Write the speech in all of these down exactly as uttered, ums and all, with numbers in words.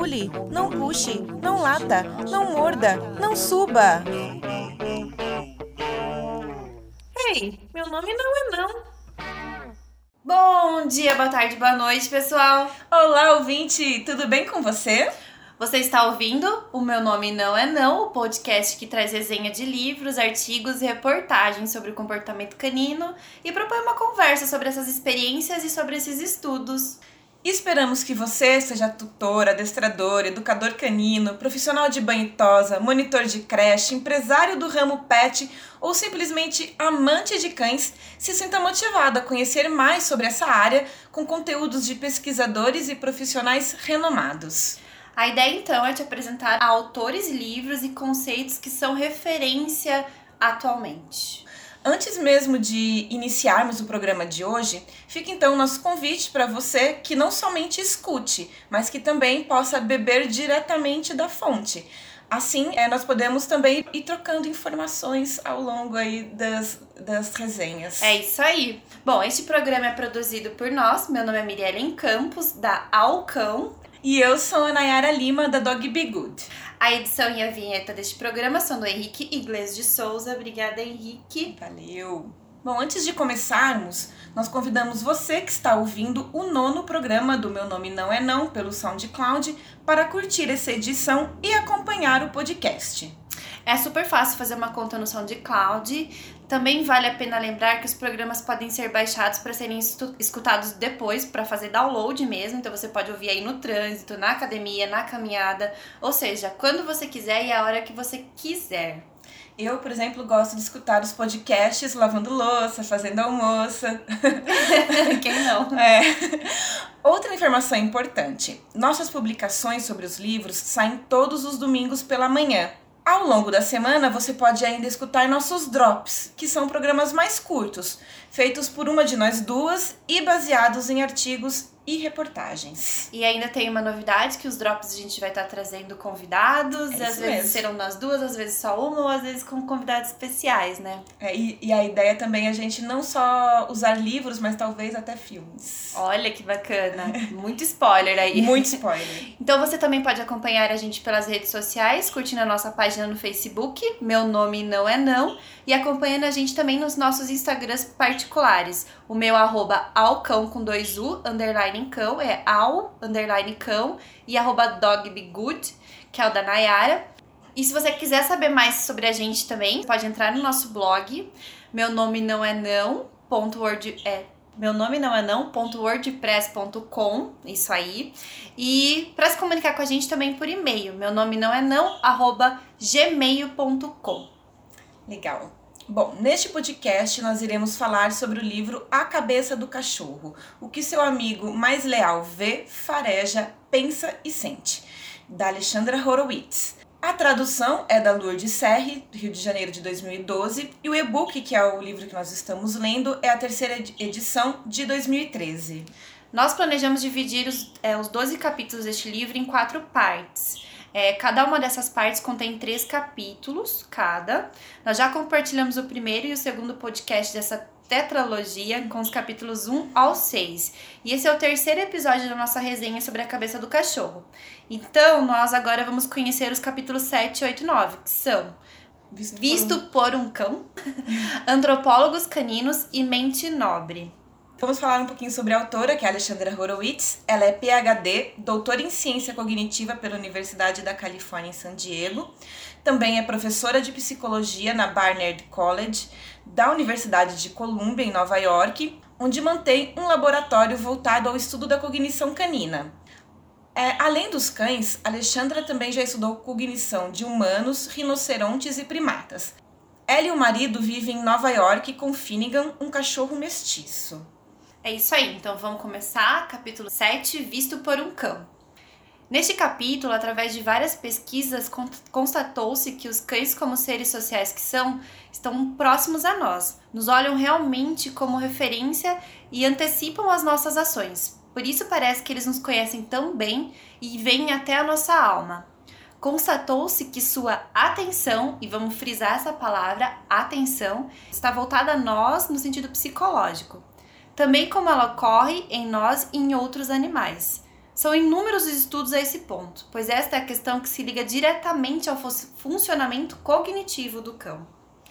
pule, não puxe, não lata, não morda, não suba. Ei, meu nome não é não. Bom dia, boa tarde, boa noite, pessoal. Olá, ouvinte, tudo bem com você? Você está ouvindo O Meu Nome Não É Não, o podcast que traz resenha de livros, artigos e reportagens sobre o comportamento canino e propõe uma conversa sobre essas experiências e sobre esses estudos. Esperamos que você seja tutor, adestrador, educador canino, profissional de banho e tosa, monitor de creche, empresário do ramo pet ou simplesmente amante de cães, se sinta motivado a conhecer mais sobre essa área com conteúdos de pesquisadores e profissionais renomados. A ideia, então, é te apresentar autores, livros e conceitos que são referência atualmente. Antes mesmo de iniciarmos o programa de hoje, fica então o nosso convite para você que não somente escute, mas que também possa beber diretamente da fonte. Assim, é, nós podemos também ir trocando informações ao longo aí das, das resenhas. É isso aí. Bom, este programa é produzido por nós. Meu nome é Mirellen Campos, da Alcão. E eu sou a Nayara Lima, da Dog Be Good. A edição e a vinheta deste programa são do Henrique Iglesias de Souza. Obrigada, Henrique. Valeu. Bom, antes de começarmos, nós convidamos você que está ouvindo o nono programa do Meu Nome Não É Não, pelo SoundCloud, para curtir essa edição e acompanhar o podcast. É super fácil fazer uma conta no SoundCloud. Também vale a pena lembrar que os programas podem ser baixados para serem escutados depois, para fazer download mesmo. Então você pode ouvir aí no trânsito, na academia, na caminhada. Ou seja, quando você quiser e a hora que você quiser. Eu, por exemplo, gosto de escutar os podcasts lavando louça, fazendo almoço. Quem não? É. Outra informação importante. Nossas publicações sobre os livros saem todos os domingos pela manhã. Ao longo da semana, você pode ainda escutar nossos drops, que são programas mais curtos, feitos por uma de nós duas e baseados em artigos e reportagens. E ainda tem uma novidade, que os drops a gente vai estar trazendo convidados, é e às vezes mesmo. serão nós duas, às vezes só uma, ou às vezes com convidados especiais, né? É, e, e a ideia também é a gente não só usar livros, mas talvez até filmes. Olha que bacana, muito spoiler aí. Muito spoiler. Então você também pode acompanhar a gente pelas redes sociais, curtindo a nossa página no Facebook, Meu Nome Não É Não, e acompanhando a gente também nos nossos Instagrams particulares. O meu arroba alcão com dois U, underline cão, é al, underline cão, e arroba dogbegood, que é o da Nayara. E se você quiser saber mais sobre a gente também, pode entrar no nosso blog, meu nome não é não, ponto word, é, meu nome não é não, ponto wordpress ponto com, isso aí. E para se comunicar com a gente também por e-mail, meu nome não é não, arroba gmail ponto com. Legal. Bom, neste podcast nós iremos falar sobre o livro A Cabeça do Cachorro, o que seu amigo mais leal vê, fareja, pensa e sente, da Alexandra Horowitz. A tradução é da Lourdes Serri, Rio de Janeiro de dois mil e doze, e o e-book, que é o livro que nós estamos lendo, é a terceira edição de dois mil e treze. Nós planejamos dividir os, é, os doze capítulos deste livro em quatro partes. É, cada uma dessas partes contém três capítulos, cada. Nós já compartilhamos o primeiro e o segundo podcast dessa tetralogia com os capítulos um ao seis. E esse é o terceiro episódio da nossa resenha sobre a cabeça do cachorro. Então, nós agora vamos conhecer os capítulos sete, oito e nove, que são Visto, Visto por um Cão, Antropólogos Caninos e Mente Nobre. Vamos falar um pouquinho sobre a autora, que é a Alexandra Horowitz. Ela é P H D, doutora em Ciência Cognitiva pela Universidade da Califórnia em San Diego. Também é professora de Psicologia na Barnard College, da Universidade de Columbia, em Nova York, onde mantém um laboratório voltado ao estudo da cognição canina. É, além dos cães, Alexandra também já estudou cognição de humanos, rinocerontes e primatas. Ela e o marido vivem em Nova York com Finnegan, um cachorro mestiço. É isso aí, então vamos começar, capítulo sete, Visto por um Cão. Neste capítulo, através de várias pesquisas, constatou-se que os cães, como seres sociais que são, estão próximos a nós, nos olham realmente como referência e antecipam as nossas ações. Por isso parece que eles nos conhecem tão bem e veem até a nossa alma. Constatou-se que sua atenção, e vamos frisar essa palavra, atenção, está voltada a nós no sentido psicológico. Também como ela ocorre em nós e em outros animais. São inúmeros os estudos a esse ponto, pois esta é a questão que se liga diretamente ao funcionamento cognitivo do cão.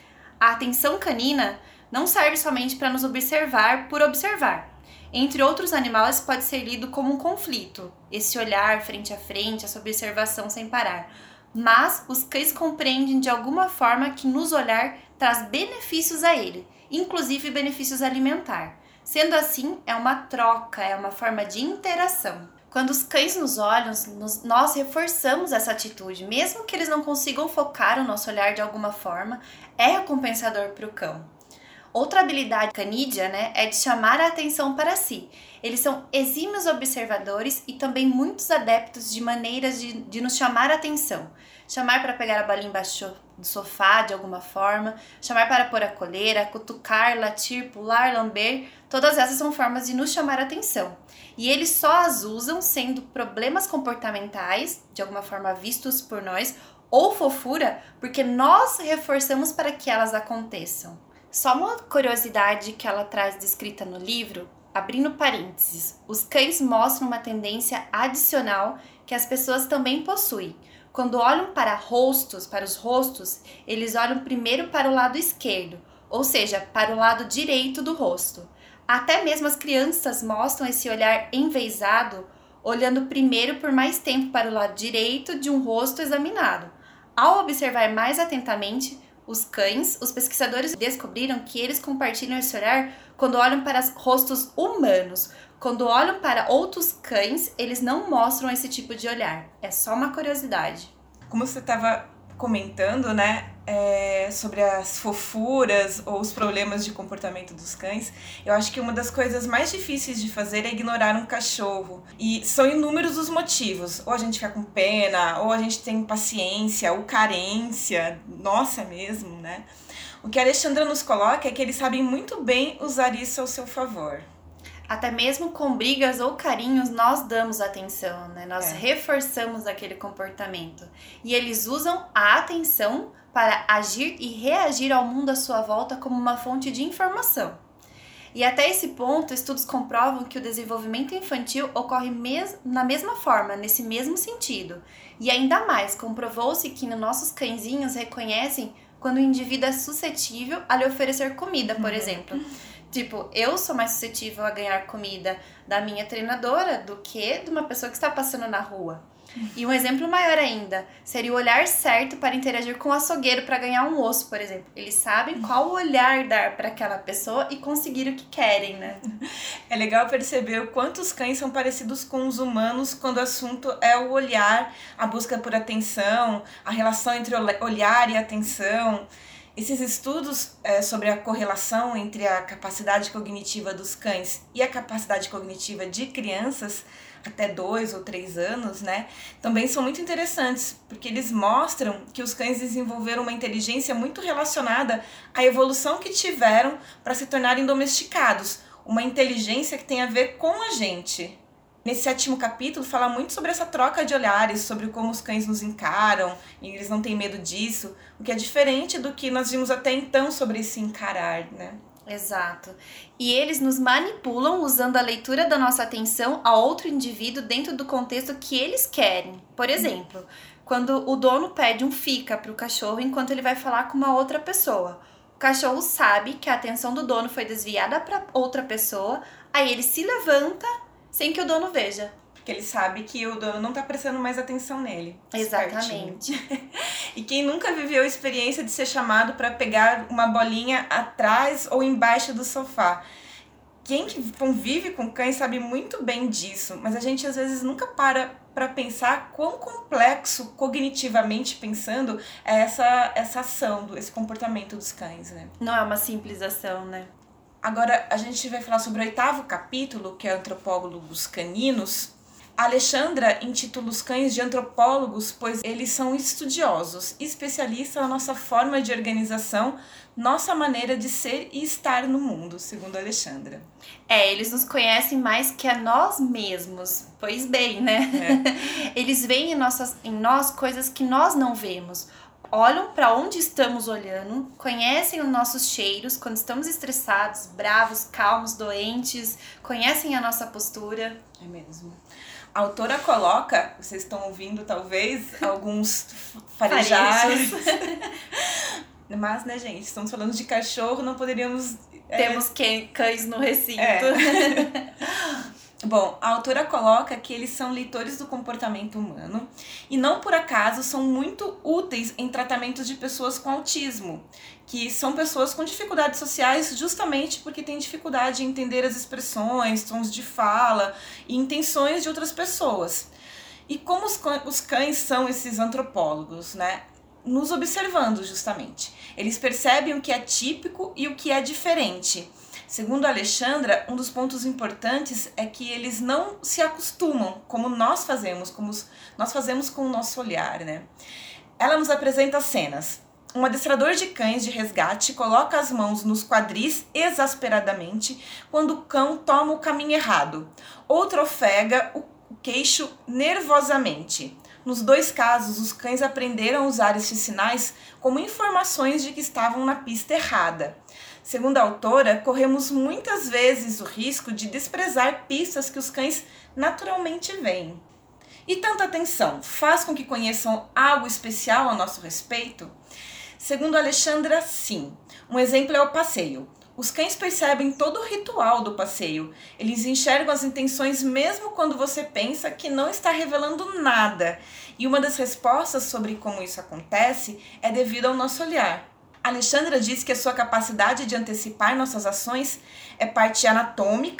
A atenção canina não serve somente para nos observar por observar. Entre outros animais, pode ser lido como um conflito, esse olhar frente a frente, essa observação sem parar. Mas os cães compreendem de alguma forma que nos olhar traz benefícios a ele, inclusive benefícios alimentar. Sendo assim, é uma troca, é uma forma de interação. Quando os cães nos olham, nós reforçamos essa atitude, mesmo que eles não consigam focar o nosso olhar de alguma forma, é recompensador para o cão. Outra habilidade canídea, né, é de chamar a atenção para si. Eles são exímios observadores e também muitos adeptos de maneiras de, de nos chamar a atenção. Chamar para pegar a bolinha embaixo do sofá de alguma forma, chamar para pôr a coleira, cutucar, latir, pular, lamber, todas essas são formas de nos chamar a atenção. E eles só as usam sendo problemas comportamentais, de alguma forma vistos por nós, ou fofura, porque nós reforçamos para que elas aconteçam. Só uma curiosidade que ela traz descrita no livro, abrindo parênteses, os cães mostram uma tendência adicional que as pessoas também possuem. Quando olham para rostos, para os rostos, eles olham primeiro para o lado esquerdo, ou seja, para o lado direito do rosto. Até mesmo as crianças mostram esse olhar envezado, olhando primeiro por mais tempo para o lado direito de um rosto examinado. Ao observar mais atentamente, os cães, os pesquisadores descobriram que eles compartilham esse olhar quando olham para os rostos humanos. Quando olham para outros cães, eles não mostram esse tipo de olhar. É só uma curiosidade. Como você estava comentando, né, é, sobre as fofuras ou os problemas de comportamento dos cães, eu acho que uma das coisas mais difíceis de fazer é ignorar um cachorro. E são inúmeros os motivos. Ou a gente fica com pena, ou a gente tem impaciência, ou carência, nossa mesmo, né? O que a Alexandra nos coloca é que eles sabem muito bem usar isso ao seu favor. Até mesmo com brigas ou carinhos, nós damos atenção, né? Nós é. reforçamos aquele comportamento. E eles usam a atenção para agir e reagir ao mundo à sua volta como uma fonte de informação. E até esse ponto, estudos comprovam que o desenvolvimento infantil ocorre mes- na mesma forma, nesse mesmo sentido. E ainda mais, comprovou-se que nossos cãezinhos reconhecem quando o indivíduo é suscetível a lhe oferecer comida, por uhum. exemplo. Tipo, eu sou mais suscetível a ganhar comida da minha treinadora do que de uma pessoa que está passando na rua. E um exemplo maior ainda seria o olhar certo para interagir com o açougueiro para ganhar um osso, por exemplo. Eles sabem qual olhar dar para aquela pessoa e conseguir o que querem, né? É legal perceber o quanto os cães são parecidos com os humanos quando o assunto é o olhar, a busca por atenção, a relação entre olhar e atenção. Esses estudos é, sobre a correlação entre a capacidade cognitiva dos cães e a capacidade cognitiva de crianças até dois ou três anos, né, também são muito interessantes, porque eles mostram que os cães desenvolveram uma inteligência muito relacionada à evolução que tiveram para se tornarem domesticados, uma inteligência que tem a ver com a gente. Nesse sétimo capítulo fala muito sobre essa troca de olhares, sobre como os cães nos encaram, e eles não têm medo disso, o que é diferente do que nós vimos até então sobre esse encarar, né? Exato. E eles nos manipulam usando a leitura da nossa atenção a outro indivíduo dentro do contexto que eles querem. Por exemplo, quando o dono pede um fica para o cachorro enquanto ele vai falar com uma outra pessoa. O cachorro sabe que a atenção do dono foi desviada para outra pessoa, aí ele se levanta sem que o dono veja. Porque ele sabe que o dono não tá prestando mais atenção nele. Exatamente. E quem nunca viveu a experiência de ser chamado para pegar uma bolinha atrás ou embaixo do sofá? Quem que convive com cães sabe muito bem disso, mas a gente às vezes nunca para para pensar quão complexo, cognitivamente pensando, é essa, essa ação, esse comportamento dos cães, né? Não é uma simples ação, né? Agora, a gente vai falar sobre o oitavo capítulo, que é Antropólogos Caninos. A Alexandra intitula os cães de antropólogos, pois eles são estudiosos, especialistas na nossa forma de organização, nossa maneira de ser e estar no mundo, segundo a Alexandra. É, eles nos conhecem mais que a nós mesmos. Pois bem, né? É. Eles veem em, nossas, em nós coisas que nós não vemos. Olham para onde estamos olhando, conhecem os nossos cheiros quando estamos estressados, bravos, calmos, doentes, conhecem a nossa postura. É mesmo. A autora coloca, vocês estão ouvindo talvez, alguns farejais. Mas, né, gente, estamos falando de cachorro, não poderíamos... Temos é... cães no recinto. É. Bom, a autora coloca que eles são leitores do comportamento humano e não por acaso são muito úteis em tratamentos de pessoas com autismo, que são pessoas com dificuldades sociais justamente porque têm dificuldade em entender as expressões, tons de fala e intenções de outras pessoas. E como os cães, os cães são esses antropólogos, né? Nos observando justamente. Eles percebem o que é típico e o que é diferente. Segundo a Alexandra, um dos pontos importantes é que eles não se acostumam, como nós fazemos, como nós fazemos com o nosso olhar, né? Ela nos apresenta cenas. Um adestrador de cães de resgate coloca as mãos nos quadris exasperadamente quando o cão toma o caminho errado. Outro ofega o queixo nervosamente. Nos dois casos, os cães aprenderam a usar estes sinais como informações de que estavam na pista errada. Segundo a autora, corremos muitas vezes o risco de desprezar pistas que os cães naturalmente veem. E tanta atenção faz com que conheçam algo especial a nosso respeito? Segundo a Alexandra, sim. Um exemplo é o passeio. Os cães percebem todo o ritual do passeio. Eles enxergam as intenções mesmo quando você pensa que não está revelando nada. E uma das respostas sobre como isso acontece é devido ao nosso olhar. Alexandra diz que a sua capacidade de antecipar nossas ações é parte anatômica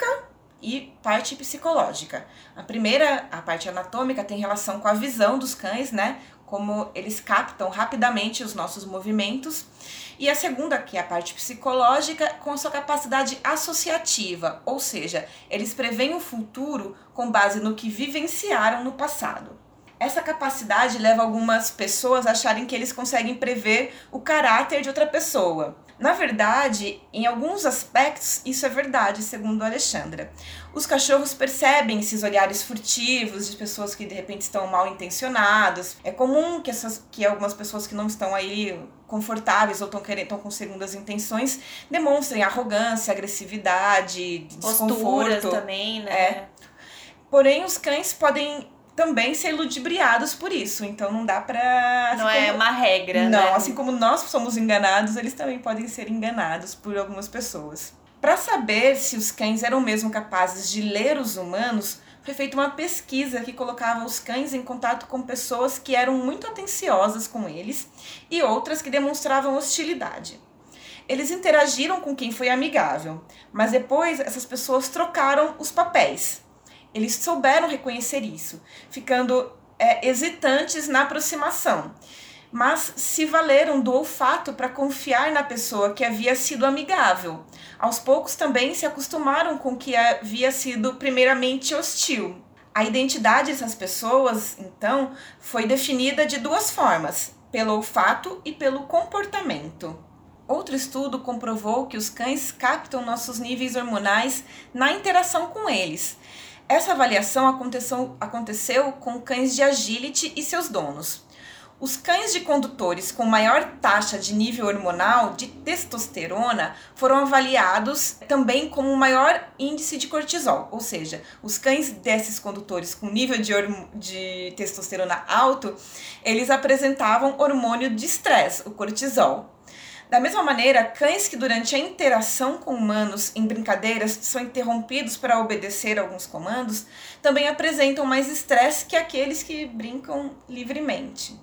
e parte psicológica. A primeira, a parte anatômica, tem relação com a visão dos cães, né? Como eles captam rapidamente os nossos movimentos. E a segunda, que é a parte psicológica, com a sua capacidade associativa, ou seja, eles preveem o futuro com base no que vivenciaram no passado. Essa capacidade leva algumas pessoas a acharem que eles conseguem prever o caráter de outra pessoa. Na verdade, em alguns aspectos, isso é verdade, segundo a Alexandra. Os cachorros percebem esses olhares furtivos de pessoas que de repente estão mal intencionadas. É comum que, essas, que algumas pessoas que não estão aí confortáveis ou estão querendo, estão com segundas intenções demonstrem arrogância, agressividade, desconforto. Posturas também, né? É. Porém, os cães podem também ser ludibriados por isso, então não dá pra... Não é uma regra, não, né? Não, assim como nós somos enganados, eles também podem ser enganados por algumas pessoas. Para saber se os cães eram mesmo capazes de ler os humanos, foi feita uma pesquisa que colocava os cães em contato com pessoas que eram muito atenciosas com eles e outras que demonstravam hostilidade. Eles interagiram com quem foi amigável, mas depois essas pessoas trocaram os papéis. Eles souberam reconhecer isso, ficando é, hesitantes na aproximação, mas se valeram do olfato para confiar na pessoa que havia sido amigável. Aos poucos também se acostumaram com que havia sido primeiramente hostil. A identidade dessas pessoas, então, foi definida de duas formas, pelo olfato e pelo comportamento. Outro estudo comprovou que os cães captam nossos níveis hormonais na interação com eles. Essa avaliação aconteceu, aconteceu com cães de agility e seus donos. Os cães de condutores com maior taxa de nível hormonal de testosterona foram avaliados também com maior índice de cortisol, ou seja, os cães desses condutores com nível de, de testosterona alto, eles apresentavam hormônio de estresse, o cortisol. Da mesma maneira, cães que durante a interação com humanos em brincadeiras são interrompidos para obedecer alguns comandos, também apresentam mais estresse que aqueles que brincam livremente.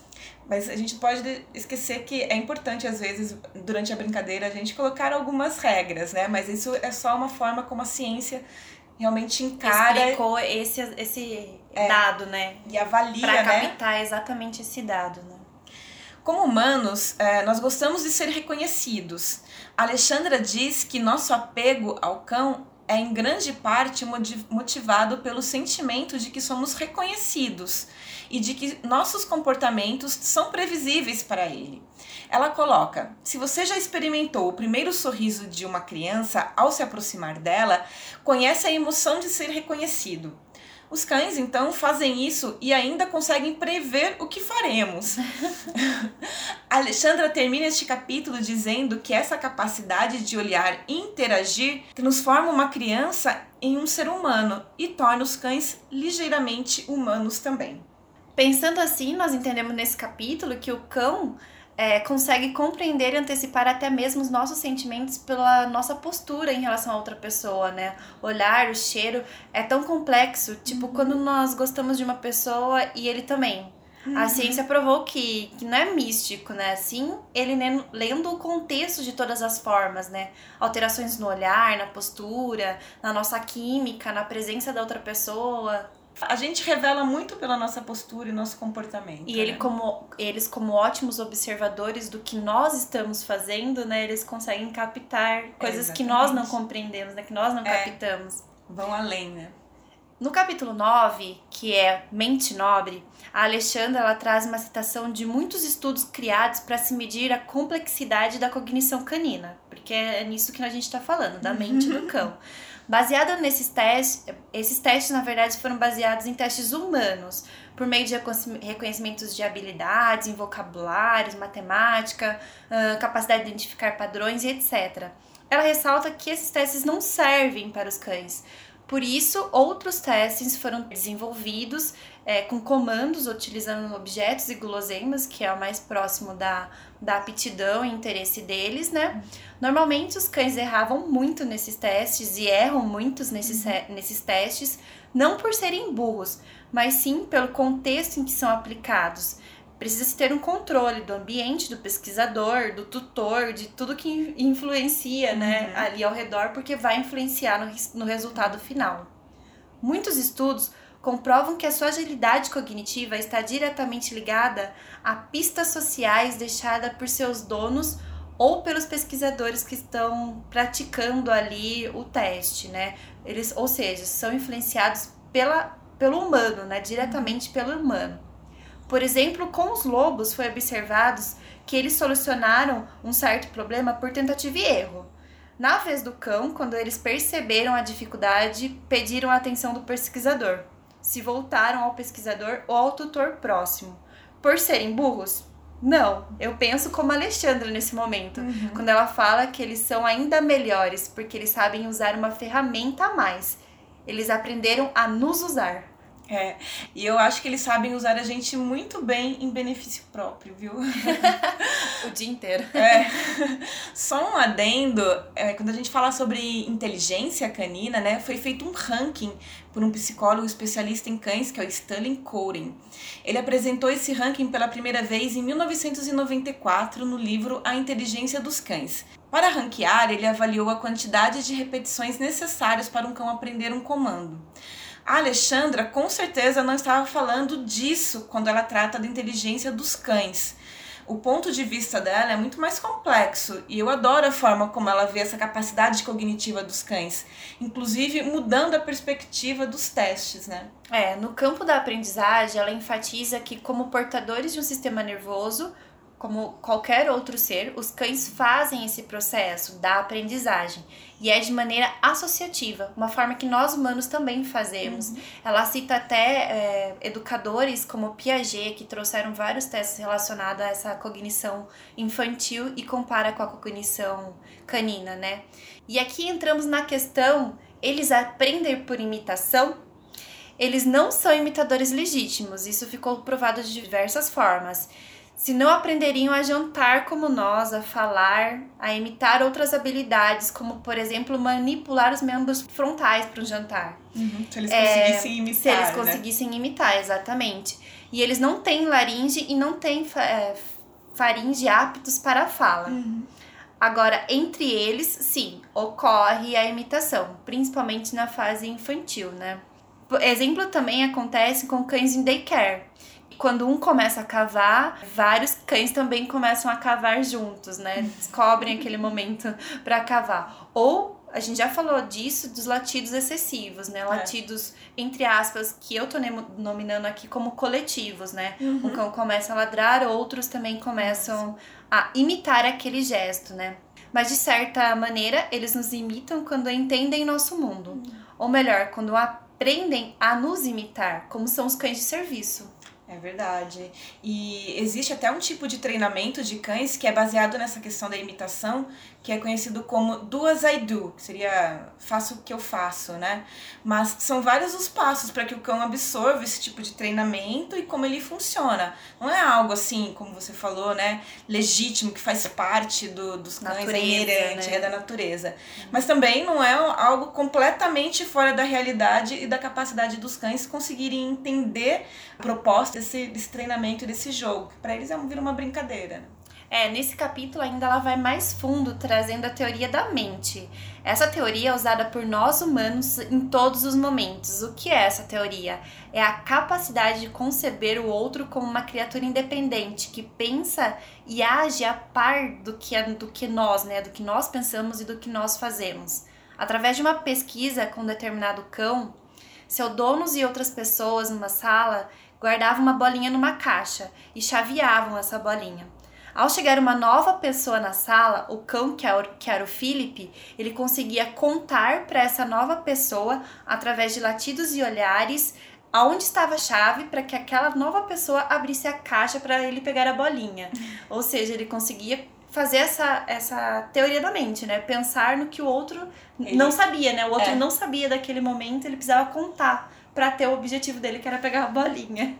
Mas a gente pode esquecer que é importante, às vezes, durante a brincadeira, a gente colocar algumas regras, né? Mas isso é só uma forma como a ciência realmente encara... Explicou esse, esse é, dado, né? E avalia, pra né? captar exatamente esse dado, né? Como humanos, nós gostamos de ser reconhecidos. A Alexandra diz que nosso apego ao cão é em grande parte motivado pelo sentimento de que somos reconhecidos e de que nossos comportamentos são previsíveis para ele. Ela coloca: se você já experimentou o primeiro sorriso de uma criança ao se aproximar dela, conhece a emoção de ser reconhecido. Os cães, então, fazem isso e ainda conseguem prever o que faremos. A Alexandra termina este capítulo dizendo que essa capacidade de olhar e interagir transforma uma criança em um ser humano e torna os cães ligeiramente humanos também. Pensando assim, nós entendemos nesse capítulo que o cão é, consegue compreender e antecipar até mesmo os nossos sentimentos pela nossa postura em relação a outra pessoa, né? O olhar, o cheiro é tão complexo, tipo uhum. quando nós gostamos de uma pessoa e ele também. Uhum. A ciência provou que, que não é místico, né? Sim, ele lendo o contexto de todas as formas, né? Alterações no olhar, na postura, na nossa química, na presença da outra pessoa. A gente revela muito pela nossa postura e nosso comportamento. E ele né? como, eles, como ótimos observadores do que nós estamos fazendo, né? Eles conseguem captar coisas é, que nós não compreendemos, né? Que nós não é, captamos. Vão além, né? No capítulo nove, que é Mente Nobre, a Alexandra ela traz uma citação de muitos estudos criados para se medir a complexidade da cognição canina, porque é nisso que a gente está falando, da mente do cão. Baseado nesses testes, esses testes na verdade foram baseados em testes humanos, por meio de reconhecimentos de habilidades, em vocabulários, matemática, capacidade de identificar padrões e etcétera. Ela ressalta que esses testes não servem para os cães. Por isso, outros testes foram desenvolvidos é, com comandos utilizando objetos e guloseimas, que é o mais próximo da, da aptidão e interesse deles, né? Normalmente, os cães erravam muito nesses testes e erram muitos nesses, uhum. nesses testes, não por serem burros, mas sim pelo contexto em que são aplicados. Precisa-se ter um controle do ambiente, do pesquisador, do tutor, de tudo que influencia, né, uhum. ali ao redor, porque vai influenciar no, no resultado final. Muitos estudos comprovam que a sua agilidade cognitiva está diretamente ligada a pistas sociais deixadas por seus donos ou pelos pesquisadores que estão praticando ali o teste, né? Eles, ou seja, são influenciados pela, pelo humano, né, diretamente pelo humano. Por exemplo, com os lobos foi observado que eles solucionaram um certo problema por tentativa e erro. Na vez do cão, quando eles perceberam a dificuldade, pediram a atenção do pesquisador. Se voltaram ao pesquisador ou ao tutor próximo. Por serem burros? Não, eu penso como a Alexandra nesse momento, uhum. quando ela fala que eles são ainda melhores, porque eles sabem usar uma ferramenta a mais. Eles aprenderam a nos usar. É, e eu acho que eles sabem usar a gente muito bem em benefício próprio, viu? O dia inteiro. É. Só um adendo, é, quando a gente fala sobre inteligência canina, né, foi feito um ranking por um psicólogo especialista em cães, que é o Stanley Coren. Ele apresentou esse ranking pela primeira vez em mil novecentos e noventa e quatro no livro A Inteligência dos Cães. Para ranquear, ele avaliou a quantidade de repetições necessárias para um cão aprender um comando. A Alexandra com certeza não estava falando disso quando ela trata da inteligência dos cães. O ponto de vista dela é muito mais complexo e eu adoro a forma como ela vê essa capacidade cognitiva dos cães, inclusive mudando a perspectiva dos testes, né? É, no campo da aprendizagem, ela enfatiza que como portadores de um sistema nervoso, como qualquer outro ser, os cães fazem esse processo da aprendizagem e é de maneira associativa, uma forma que nós humanos também fazemos. Uhum. Ela cita até é, educadores como Piaget, que trouxeram vários testes relacionados a essa cognição infantil e compara com a cognição canina, né? E aqui entramos na questão, eles aprendem por imitação? Eles não são imitadores legítimos, isso ficou provado de diversas formas. Se não aprenderiam a jantar como nós, a falar, a imitar outras habilidades, como, por exemplo, manipular os membros frontais para o jantar. Uhum, se eles conseguissem é, imitar, Se eles né? conseguissem imitar, exatamente. E eles não têm laringe e não têm é, faringe aptos para a fala. Uhum. Agora, entre eles, sim, ocorre a imitação, principalmente na fase infantil, né? Exemplo também acontece com cães em daycare. Quando um começa a cavar, vários cães também começam a cavar juntos, né? Descobrem aquele momento para cavar. Ou, a gente já falou disso, dos latidos excessivos, né? Latidos, é. entre aspas, que eu tô nominando aqui como coletivos, né? Uhum. Um cão começa a ladrar, outros também começam a imitar aquele gesto, né? Mas, de certa maneira, eles nos imitam quando entendem nosso mundo. Uhum. Ou melhor, quando aprendem a nos imitar, como são os cães de serviço. É verdade. E existe até um tipo de treinamento de cães que é baseado nessa questão da imitação, que é conhecido como do as I do, que seria faço o que eu faço, né? Mas são vários os passos para que o cão absorva esse tipo de treinamento e como ele funciona. Não é algo assim, como você falou, né? Legítimo, que faz parte do, dos cães, Natureza, é inerente, né? é da natureza. Mas também não é algo completamente fora da realidade e da capacidade dos cães conseguirem entender a proposta desse, desse treinamento e desse jogo. Para eles é um, vira uma brincadeira. É, nesse capítulo ainda ela vai mais fundo, trazendo a teoria da mente. Essa teoria é usada por nós humanos em todos os momentos. O que é essa teoria? É a capacidade de conceber o outro como uma criatura independente, que pensa e age a par do que, do que nós, né? Do que nós pensamos e do que nós fazemos. Através de uma pesquisa com um determinado cão, seus donos e outras pessoas numa sala guardavam uma bolinha numa caixa e chaveavam essa bolinha. Ao chegar uma nova pessoa na sala, o cão, que era o Philip, ele conseguia contar para essa nova pessoa, através de latidos e olhares, aonde estava a chave para que aquela nova pessoa abrisse a caixa para ele pegar a bolinha. Ou seja, ele conseguia fazer essa, essa teoria da mente, né? Pensar no que o outro ele... não sabia, né? O outro é. não sabia daquele momento, ele precisava contar para ter o objetivo dele, que era pegar a bolinha.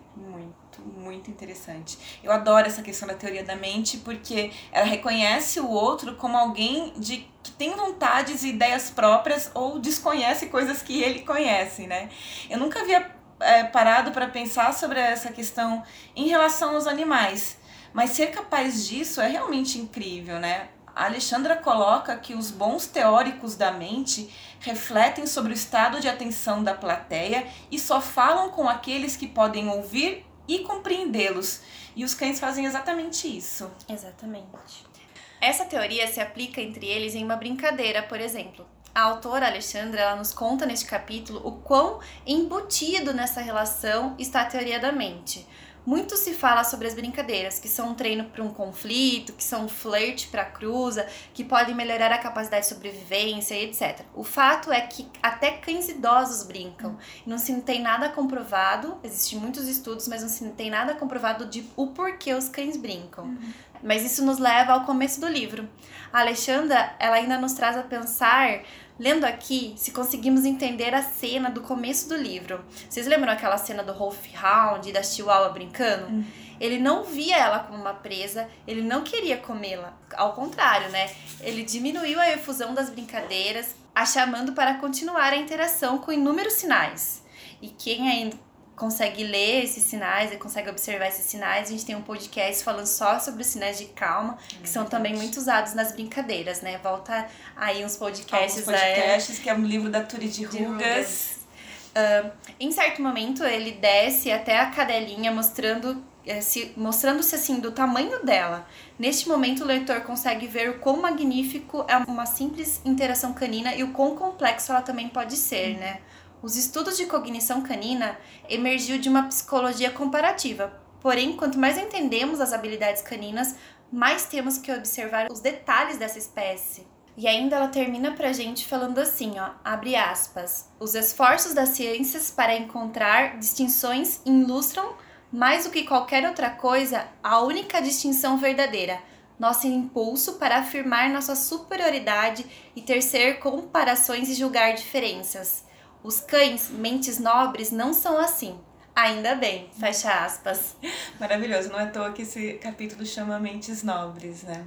Muito interessante. Eu adoro essa questão da teoria da mente, porque ela reconhece o outro como alguém de, que tem vontades e ideias próprias ou desconhece coisas que ele conhece, né? Eu nunca havia é, parado para pensar sobre essa questão em relação aos animais, mas ser capaz disso é realmente incrível, né? A Alexandra coloca que os bons teóricos da mente refletem sobre o estado de atenção da plateia e só falam com aqueles que podem ouvir e compreendê-los. E os cães fazem exatamente isso. Exatamente. Essa teoria se aplica entre eles em uma brincadeira, por exemplo. A autora Alexandra, ela nos conta neste capítulo o quão embutido nessa relação está a teoria da mente. Muito se fala sobre as brincadeiras, que são um treino para um conflito, que são um flerte para a cruza, que podem melhorar a capacidade de sobrevivência e etcétera. O fato é que até cães idosos brincam. Não se tem nada comprovado, existem muitos estudos, mas não se tem nada comprovado de o porquê os cães brincam. Uhum. Mas isso nos leva ao começo do livro. A Alexandra, ela ainda nos traz a pensar, lendo aqui, se conseguimos entender a cena do começo do livro. Vocês lembram aquela cena do Wolfhound e da Chihuahua brincando? Hum. Ele não via ela como uma presa, ele não queria comê-la. Ao contrário, né? Ele diminuiu a efusão das brincadeiras, a chamando para continuar a interação com inúmeros sinais. E quem ainda consegue ler esses sinais e consegue observar esses sinais, a gente tem um podcast falando só sobre os sinais de calma, que é são também muito usados nas brincadeiras, né? Volta aí uns podcasts. Alguns podcasts, é... que é um livro da Turi de Rugas. De Rugas. Uh, em certo momento, ele desce até a cadelinha, mostrando, eh, se, mostrando-se assim, do tamanho dela. Neste momento, o leitor consegue ver o quão magnífico é uma simples interação canina e o quão complexo ela também pode ser, hum. né? Os estudos de cognição canina emergiu de uma psicologia comparativa. Porém, quanto mais entendemos as habilidades caninas, mais temos que observar os detalhes dessa espécie. E ainda ela termina pra gente falando assim, ó, abre aspas, os esforços das ciências para encontrar distinções ilustram, mais do que qualquer outra coisa, a única distinção verdadeira, nosso impulso para afirmar nossa superioridade e tecer comparações e julgar diferenças. Os cães, mentes nobres, não são assim. Ainda bem, fecha aspas. Maravilhoso, não é à toa que esse capítulo chama Mentes Nobres, né?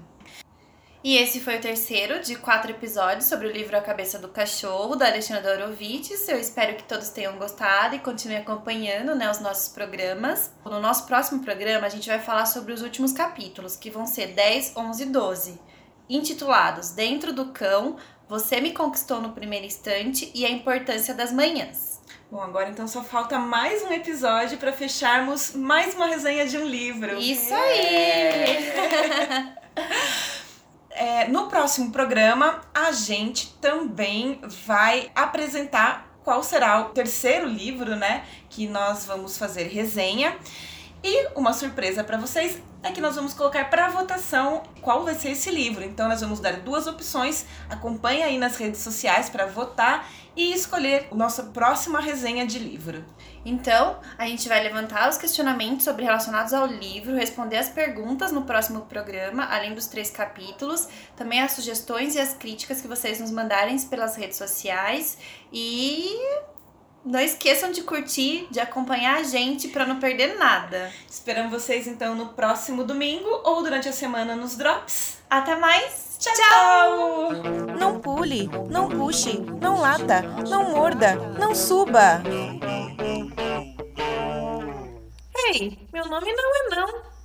E esse foi o terceiro de quatro episódios sobre o livro A Cabeça do Cachorro, da Alexandra Horowitz. Eu espero que todos tenham gostado e continuem acompanhando, né, os nossos programas. No nosso próximo programa, a gente vai falar sobre os últimos capítulos, que vão ser dez, onze e doze, intitulados Dentro do Cão, Você Me Conquistou no Primeiro Instante e a Importância das Manhãs. Bom, agora então só falta mais um episódio para fecharmos mais uma resenha de um livro. Isso aí! É, no próximo programa, a gente também vai apresentar qual será o terceiro livro, né, que nós vamos fazer resenha. E uma surpresa para vocês é que nós vamos colocar para votação qual vai ser esse livro. Então nós vamos dar duas opções, acompanhe aí nas redes sociais para votar e escolher a nossa próxima resenha de livro. Então, a gente vai levantar os questionamentos sobre relacionados ao livro, responder as perguntas no próximo programa, além dos três capítulos, também as sugestões e as críticas que vocês nos mandarem pelas redes sociais. E não esqueçam de curtir, de acompanhar a gente para não perder nada. Esperamos vocês então no próximo domingo ou durante a semana nos drops. Até mais! Tchau, tchau! Não pule, não puxe, não lata, não morda, não suba. Ei, meu nome não é não.